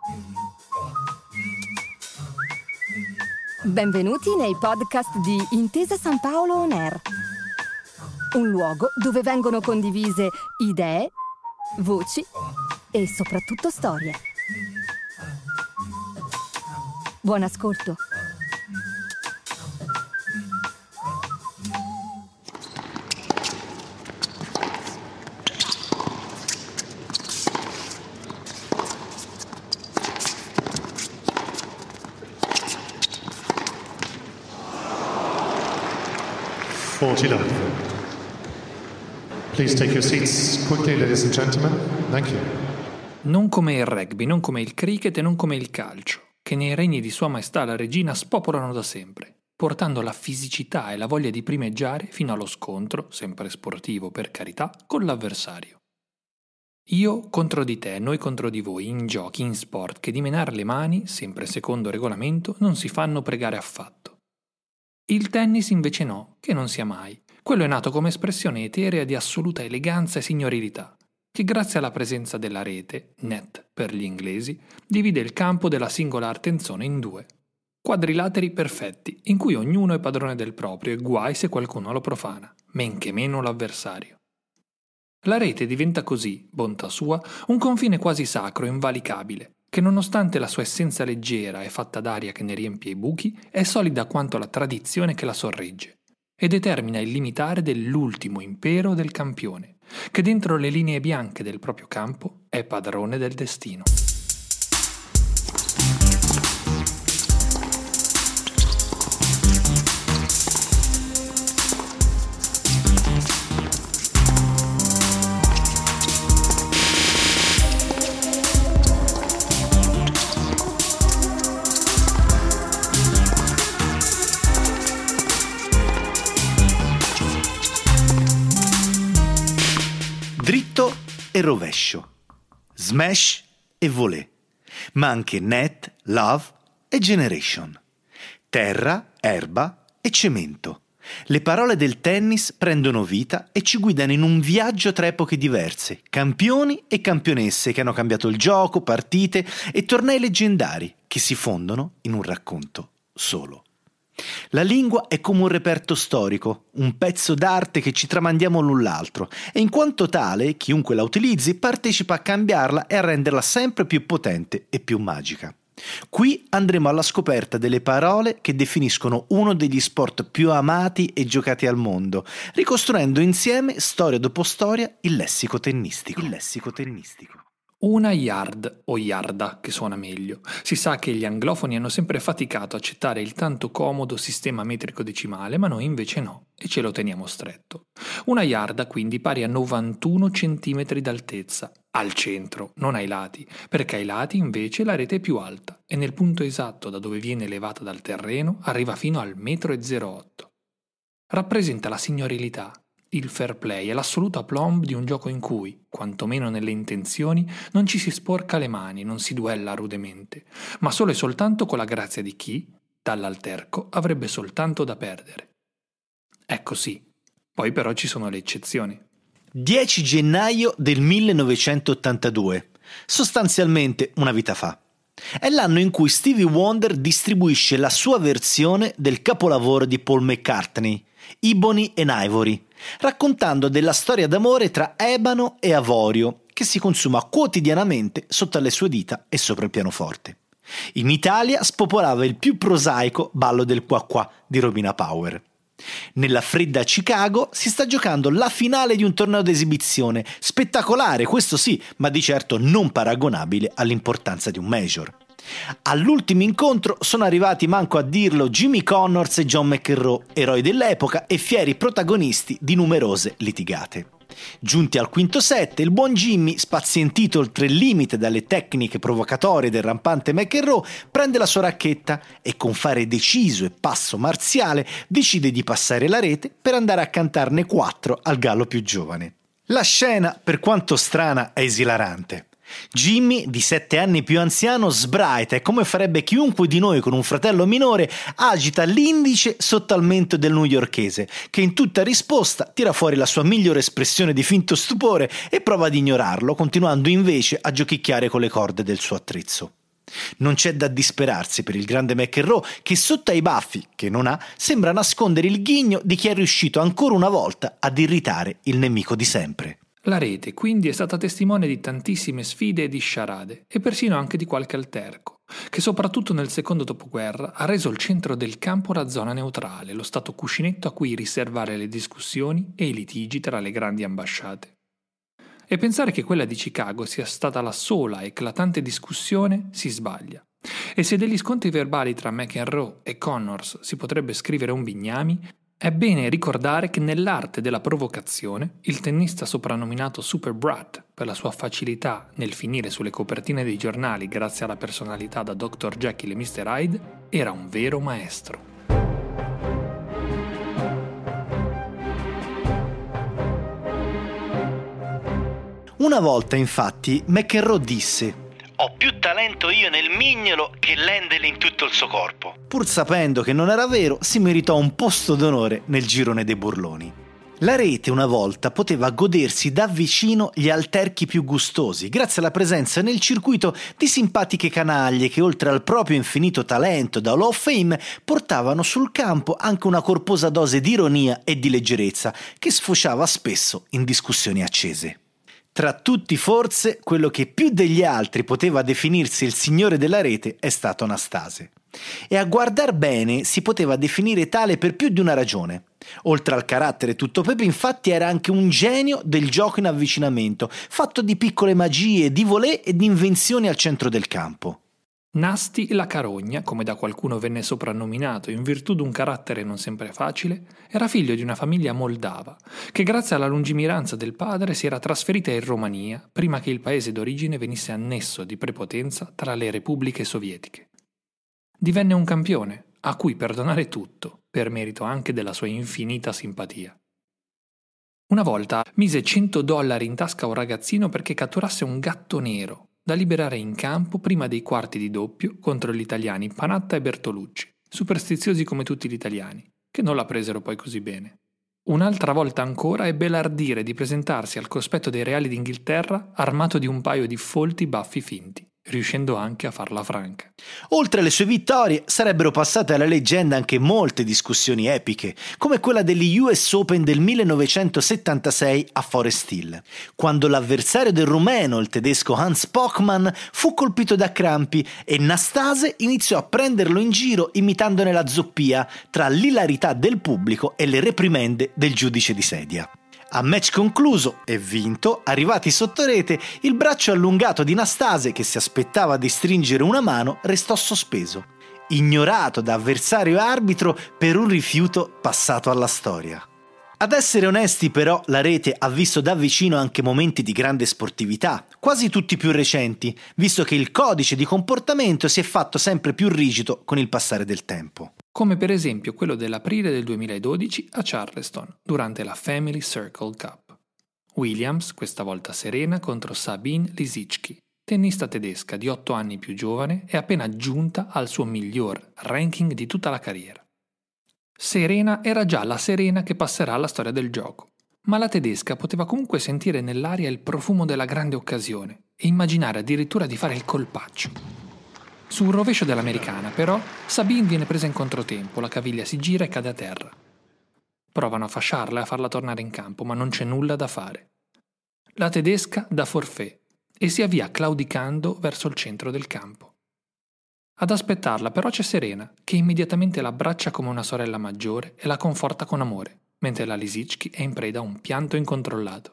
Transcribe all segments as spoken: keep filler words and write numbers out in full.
Benvenuti nei podcast di Intesa San Paolo On Air, un luogo dove vengono condivise idee, voci e soprattutto storie. Buon ascolto. forty love. Please take your seats quickly, ladies and gentlemen. Thank you. Non come il rugby, non come il cricket e non come il calcio, che nei regni di Sua Maestà la Regina spopolano da sempre, portando la fisicità e la voglia di primeggiare fino allo scontro, sempre sportivo per carità, con l'avversario. Io contro di te, noi contro di voi, in giochi, in sport, che di menar le mani, sempre secondo regolamento, non si fanno pregare affatto. Il tennis invece no, che non sia mai. Quello è nato come espressione eterea di assoluta eleganza e signorilità, che grazie alla presenza della rete, net per gli inglesi, divide il campo della singola artenzone in due. Quadrilateri perfetti, in cui ognuno è padrone del proprio e guai se qualcuno lo profana, men che meno l'avversario. La rete diventa così, bontà sua, un confine quasi sacro e invalicabile, che nonostante la sua essenza leggera e fatta d'aria che ne riempie i buchi, è solida quanto la tradizione che la sorregge, e determina il limitare dell'ultimo impero del campione, che dentro le linee bianche del proprio campo è padrone del destino. Dritto e rovescio, smash e volée, ma anche net, love e generation, terra, erba e cemento. Le parole del tennis prendono vita e ci guidano in un viaggio tra epoche diverse, campioni e campionesse che hanno cambiato il gioco, partite e tornei leggendari che si fondono in un racconto solo. La lingua è come un reperto storico, un pezzo d'arte che ci tramandiamo l'un l'altro e in quanto tale chiunque la utilizzi partecipa a cambiarla e a renderla sempre più potente e più magica. Qui andremo alla scoperta delle parole che definiscono uno degli sport più amati e giocati al mondo, ricostruendo insieme, storia dopo storia, il lessico tennistico. Il lessico tennistico. Una yard, o yarda, che suona meglio. Si sa che gli anglofoni hanno sempre faticato a accettare il tanto comodo sistema metrico decimale, ma noi invece no, e ce lo teniamo stretto. Una yarda quindi pari a novantuno centimetri d'altezza, al centro, non ai lati, perché ai lati invece la rete è più alta, e nel punto esatto da dove viene elevata dal terreno arriva fino al metro e zero otto. Rappresenta la signorilità, il fair play e l'assoluto aplomb di un gioco in cui, quantomeno nelle intenzioni, non ci si sporca le mani, non si duella rudemente, ma solo e soltanto con la grazia di chi, dall'alterco, avrebbe soltanto da perdere. Ecco sì, poi però ci sono le eccezioni. dieci gennaio del millenovecentottantadue, sostanzialmente una vita fa. È l'anno in cui Stevie Wonder distribuisce la sua versione del capolavoro di Paul McCartney, Ebony and Ivory, raccontando della storia d'amore tra ebano e avorio che si consuma quotidianamente sotto alle sue dita e sopra il pianoforte. In Italia spopolava il più prosaico ballo del qua qua di Romina Power. Nella fredda Chicago si sta giocando la finale di un torneo d'esibizione, spettacolare questo sì, ma di certo non paragonabile all'importanza di un major. All'ultimo incontro sono arrivati, manco a dirlo, Jimmy Connors e John McEnroe, eroi dell'epoca e fieri protagonisti di numerose litigate. Giunti al quinto set, il buon Jimmy, spazientito oltre il limite dalle tecniche provocatorie del rampante McEnroe, prende la sua racchetta e con fare deciso e passo marziale decide di passare la rete per andare a cantarne quattro al gallo più giovane. La scena, per quanto strana, è esilarante. Jimmy, di sette anni più anziano, sbraita e, come farebbe chiunque di noi con un fratello minore, agita l'indice sotto al mento del newyorkese, che in tutta risposta tira fuori la sua migliore espressione di finto stupore e prova ad ignorarlo, continuando invece a giochicchiare con le corde del suo attrezzo. Non c'è da disperarsi per il grande McEnroe, che sotto ai baffi, che non ha, sembra nascondere il ghigno di chi è riuscito ancora una volta ad irritare il nemico di sempre. La rete quindi è stata testimone di tantissime sfide e di sciarade, e persino anche di qualche alterco, che soprattutto nel secondo dopoguerra ha reso il centro del campo la zona neutrale, lo stato cuscinetto a cui riservare le discussioni e i litigi tra le grandi ambasciate. E pensare che quella di Chicago sia stata la sola eclatante discussione si sbaglia. E se degli scontri verbali tra McEnroe e Connors si potrebbe scrivere un bignami, è bene ricordare che nell'arte della provocazione il tennista soprannominato Super Brat per la sua facilità nel finire sulle copertine dei giornali grazie alla personalità da doctor Jekyll e mister Hyde era un vero maestro. Una volta, infatti, McEnroe disse: «Ho più talento io nel mignolo che Lendl in tutto il suo corpo». Pur sapendo che non era vero, si meritò un posto d'onore nel girone dei burloni. La rete una volta poteva godersi da vicino gli alterchi più gustosi, grazie alla presenza nel circuito di simpatiche canaglie che, oltre al proprio infinito talento da Hall of Fame, portavano sul campo anche una corposa dose di ironia e di leggerezza che sfociava spesso in discussioni accese. Tra tutti, forse, quello che più degli altri poteva definirsi il signore della rete è stato Nastase. E a guardar bene si poteva definire tale per più di una ragione. Oltre al carattere tutto pepe, infatti, era anche un genio del gioco in avvicinamento, fatto di piccole magie, di volée e di invenzioni al centro del campo. Nasti la Carogna, come da qualcuno venne soprannominato in virtù di un carattere non sempre facile, era figlio di una famiglia moldava, che grazie alla lungimiranza del padre si era trasferita in Romania prima che il paese d'origine venisse annesso di prepotenza tra le repubbliche sovietiche. Divenne un campione, a cui perdonare tutto, per merito anche della sua infinita simpatia. Una volta mise cento dollari in tasca a un ragazzino perché catturasse un gatto nero, da liberare in campo prima dei quarti di doppio contro gli italiani Panatta e Bertolucci, superstiziosi come tutti gli italiani, che non la presero poi così bene. Un'altra volta ancora ebbe l'ardire di presentarsi al cospetto dei reali d'Inghilterra armato di un paio di folti baffi finti, riuscendo anche a farla franca. Oltre alle sue vittorie, sarebbero passate alla leggenda anche molte discussioni epiche, come quella degli U S Open del millenovecentosettantasei a Forest Hill, quando l'avversario del rumeno, il tedesco Hans Pochmann, fu colpito da crampi e Nastase iniziò a prenderlo in giro imitandone la zoppia tra l'ilarità del pubblico e le reprimende del giudice di sedia. A match concluso e vinto, arrivati sotto rete, il braccio allungato di Nastase, che si aspettava di stringere una mano, restò sospeso, ignorato da avversario e arbitro per un rifiuto passato alla storia. Ad essere onesti, però, la rete ha visto da vicino anche momenti di grande sportività, quasi tutti più recenti, visto che il codice di comportamento si è fatto sempre più rigido con il passare del tempo. Come per esempio quello dell'aprile del duemiladodici a Charleston, durante la Family Circle Cup. Williams, questa volta Serena, contro Sabine Lisicki, tennista tedesca di otto anni più giovane e appena giunta al suo miglior ranking di tutta la carriera. Serena era già la Serena che passerà alla storia del gioco, ma la tedesca poteva comunque sentire nell'aria il profumo della grande occasione e immaginare addirittura di fare il colpaccio. Su un rovescio dell'americana, però, Sabine viene presa in controtempo, la caviglia si gira e cade a terra. Provano a fasciarla e a farla tornare in campo, ma non c'è nulla da fare. La tedesca dà forfait e si avvia claudicando verso il centro del campo. Ad aspettarla però c'è Serena, che immediatamente l'abbraccia come una sorella maggiore e la conforta con amore, mentre la Lisicki è in preda a un pianto incontrollato.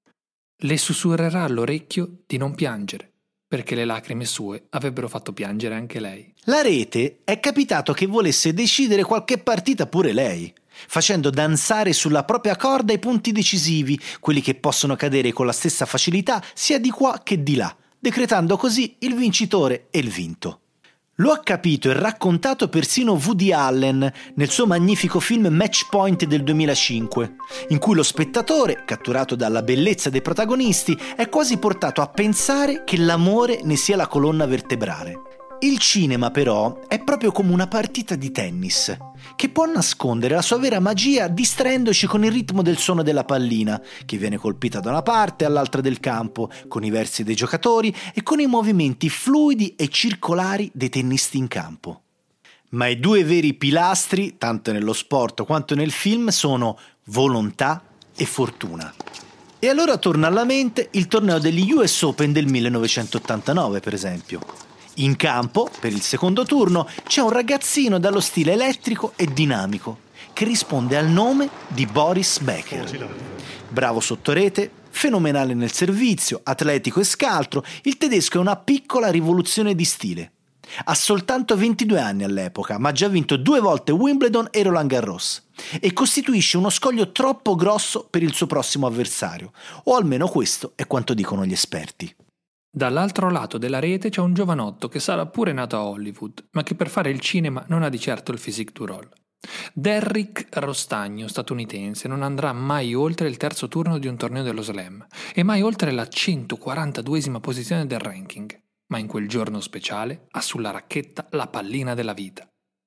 Le sussurrerà all'orecchio di non piangere, perché le lacrime sue avrebbero fatto piangere anche lei. La rete è capitato che volesse decidere qualche partita pure lei, facendo danzare sulla propria corda i punti decisivi, quelli che possono cadere con la stessa facilità sia di qua che di là, decretando così il vincitore e il vinto. Lo ha capito e raccontato persino Woody Allen nel suo magnifico film Match Point del duemilacinque, in cui lo spettatore, catturato dalla bellezza dei protagonisti, è quasi portato a pensare che l'amore ne sia la colonna vertebrale. Il cinema però è proprio come una partita di tennis, che può nascondere la sua vera magia distraendoci con il ritmo del suono della pallina, che viene colpita da una parte all'altra del campo, con i versi dei giocatori e con i movimenti fluidi e circolari dei tennisti in campo. Ma i due veri pilastri, tanto nello sport quanto nel film, sono volontà e fortuna. E allora torna alla mente il torneo degli U S Open del millenovecentottantanove, per esempio. In campo, per il secondo turno, c'è un ragazzino dallo stile elettrico e dinamico che risponde al nome di Boris Becker. Bravo sotto rete, fenomenale nel servizio, atletico e scaltro, il tedesco è una piccola rivoluzione di stile. Ha soltanto ventidue anni all'epoca, ma ha già vinto due volte Wimbledon e Roland Garros e costituisce uno scoglio troppo grosso per il suo prossimo avversario, o almeno questo è quanto dicono gli esperti. Dall'altro lato della rete c'è un giovanotto che sarà pure nato a Hollywood, ma che per fare il cinema non ha di certo il physique du role. Derrick Rostagno, statunitense, non andrà mai oltre il terzo turno di un torneo dello slam e mai oltre la centoquarantaduesima posizione del ranking, ma in quel giorno speciale ha sulla racchetta la pallina della vita.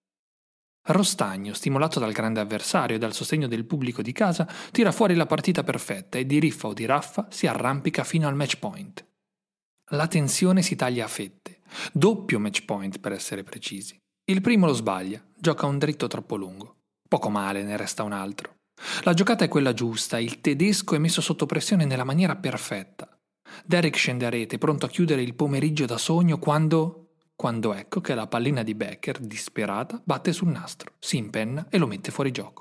Rostagno, stimolato dal grande avversario e dal sostegno del pubblico di casa, tira fuori la partita perfetta e di riffa o di raffa si arrampica fino al match point. La tensione si taglia a fette, doppio match point per essere precisi. Il primo lo sbaglia, gioca un dritto troppo lungo. Poco male, ne resta un altro. La giocata è quella giusta, il tedesco è messo sotto pressione nella maniera perfetta. Derrick scende a rete, pronto a chiudere il pomeriggio da sogno quando... quando ecco che la pallina di Becker, disperata, batte sul nastro, si impenna e lo mette fuori gioco.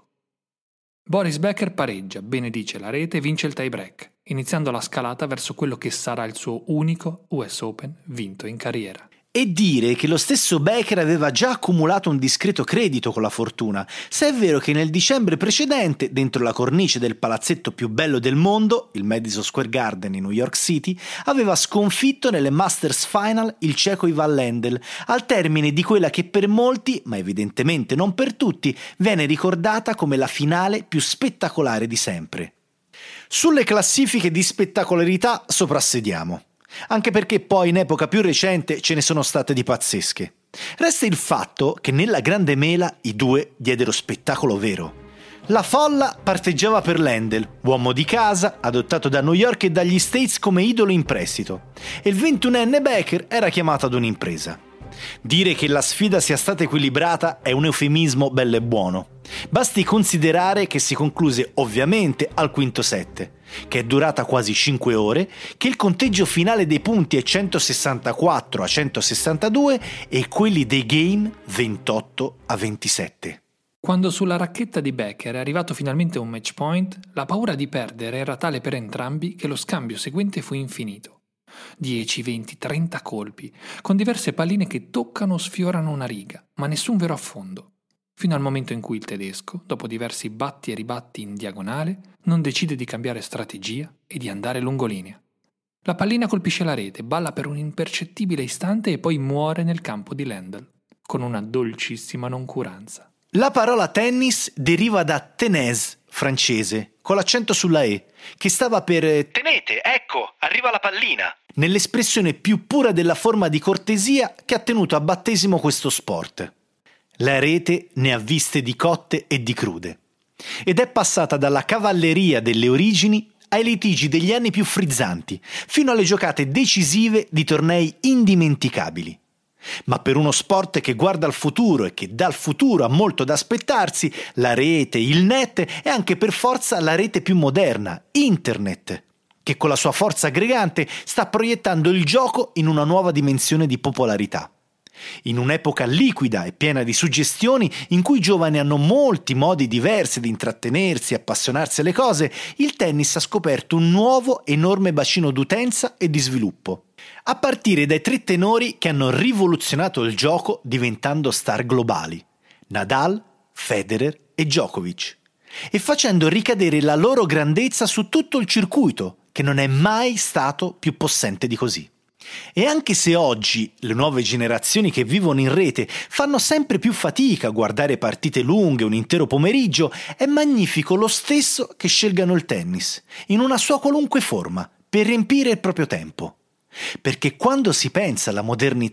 Boris Becker pareggia, benedice la rete e vince il tie break, iniziando la scalata verso quello che sarà il suo unico U S Open vinto in carriera. E dire che lo stesso Becker aveva già accumulato un discreto credito con la fortuna, se è vero che nel dicembre precedente, dentro la cornice del palazzetto più bello del mondo, il Madison Square Garden in New York City, aveva sconfitto nelle Masters Final il ceco Ivan Lendl, al termine di quella che per molti, ma evidentemente non per tutti, viene ricordata come la finale più spettacolare di sempre. Sulle classifiche di spettacolarità soprassediamo. Anche perché poi in epoca più recente ce ne sono state di pazzesche. Resta il fatto che nella Grande Mela i due diedero spettacolo vero. La folla parteggiava per Lendl, uomo di casa, adottato da New York e dagli States come idolo in prestito, e il ventunenne Becker era chiamato ad un'impresa. Dire che la sfida sia stata equilibrata è un eufemismo bello e buono. Basti considerare che si concluse ovviamente al quinto set, che è durata quasi cinque ore, che il conteggio finale dei punti è centosessantaquattro a centosessantadue e quelli dei game ventotto a ventisette. Quando sulla racchetta di Becker è arrivato finalmente un match point, la paura di perdere era tale per entrambi che lo scambio seguente fu infinito. dieci, venti, trenta colpi, con diverse palline che toccano o sfiorano una riga, ma nessun vero affondo. Fino al momento in cui il tedesco, dopo diversi batti e ribatti in diagonale, non decide di cambiare strategia e di andare lungolinea. La pallina colpisce la rete, balla per un impercettibile istante e poi muore nel campo di Lendl, con una dolcissima noncuranza. La parola tennis deriva da tenez, francese, con l'accento sulla E, che stava per «tenete, ecco, arriva la pallina», nell'espressione più pura della forma di cortesia che ha tenuto a battesimo questo sport. La rete ne ha viste di cotte e di crude, ed è passata dalla cavalleria delle origini ai litigi degli anni più frizzanti, fino alle giocate decisive di tornei indimenticabili. Ma per uno sport che guarda al futuro e che dal futuro ha molto da aspettarsi, la rete, il net è anche per forza la rete più moderna, internet, che con la sua forza aggregante sta proiettando il gioco in una nuova dimensione di popolarità. In un'epoca liquida e piena di suggestioni, in cui i giovani hanno molti modi diversi di intrattenersi e appassionarsi alle cose, il tennis ha scoperto un nuovo enorme bacino d'utenza e di sviluppo. A partire dai tre tenori che hanno rivoluzionato il gioco diventando star globali: Nadal, Federer e Djokovic, e facendo ricadere la loro grandezza su tutto il circuito, che non è mai stato più possente di così. E anche se oggi le nuove generazioni che vivono in rete fanno sempre più fatica a guardare partite lunghe un intero pomeriggio, è magnifico lo stesso che scelgano il tennis, in una sua qualunque forma, per riempire il proprio tempo. Perché quando si pensa alla modernità,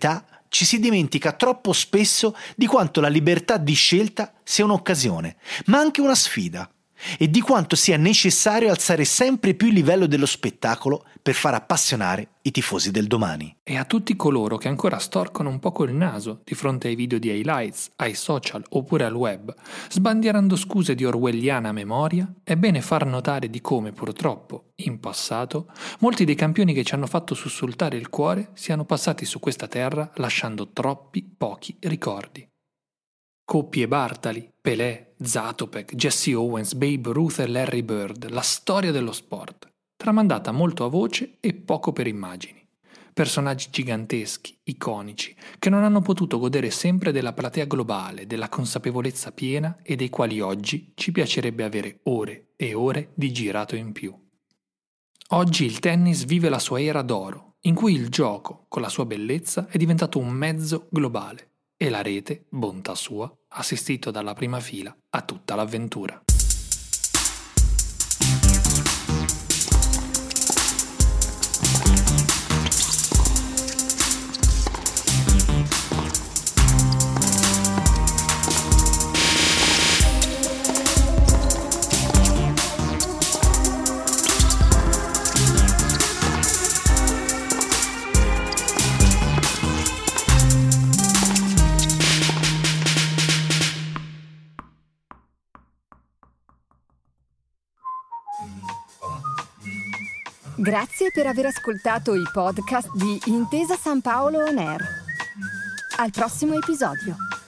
ci si dimentica troppo spesso di quanto la libertà di scelta sia un'occasione, ma anche una sfida, e di quanto sia necessario alzare sempre più il livello dello spettacolo per far appassionare i tifosi del domani. E a tutti coloro che ancora storcono un poco il naso di fronte ai video di highlights, ai social oppure al web, sbandierando scuse di orwelliana memoria, è bene far notare di come purtroppo, in passato, molti dei campioni che ci hanno fatto sussultare il cuore siano passati su questa terra lasciando troppi pochi ricordi. Coppie Bartali, Pelé, Zatopek, Jesse Owens, Babe Ruth e Larry Bird, la storia dello sport, tramandata molto a voce e poco per immagini. Personaggi giganteschi, iconici, che non hanno potuto godere sempre della platea globale, della consapevolezza piena e dei quali oggi ci piacerebbe avere ore e ore di girato in più. Oggi il tennis vive la sua era d'oro, in cui il gioco, con la sua bellezza, è diventato un mezzo globale. E la rete, bontà sua, ha assistito dalla prima fila a tutta l'avventura. Grazie per aver ascoltato i podcast di Intesa San Paolo On Air. Al prossimo episodio.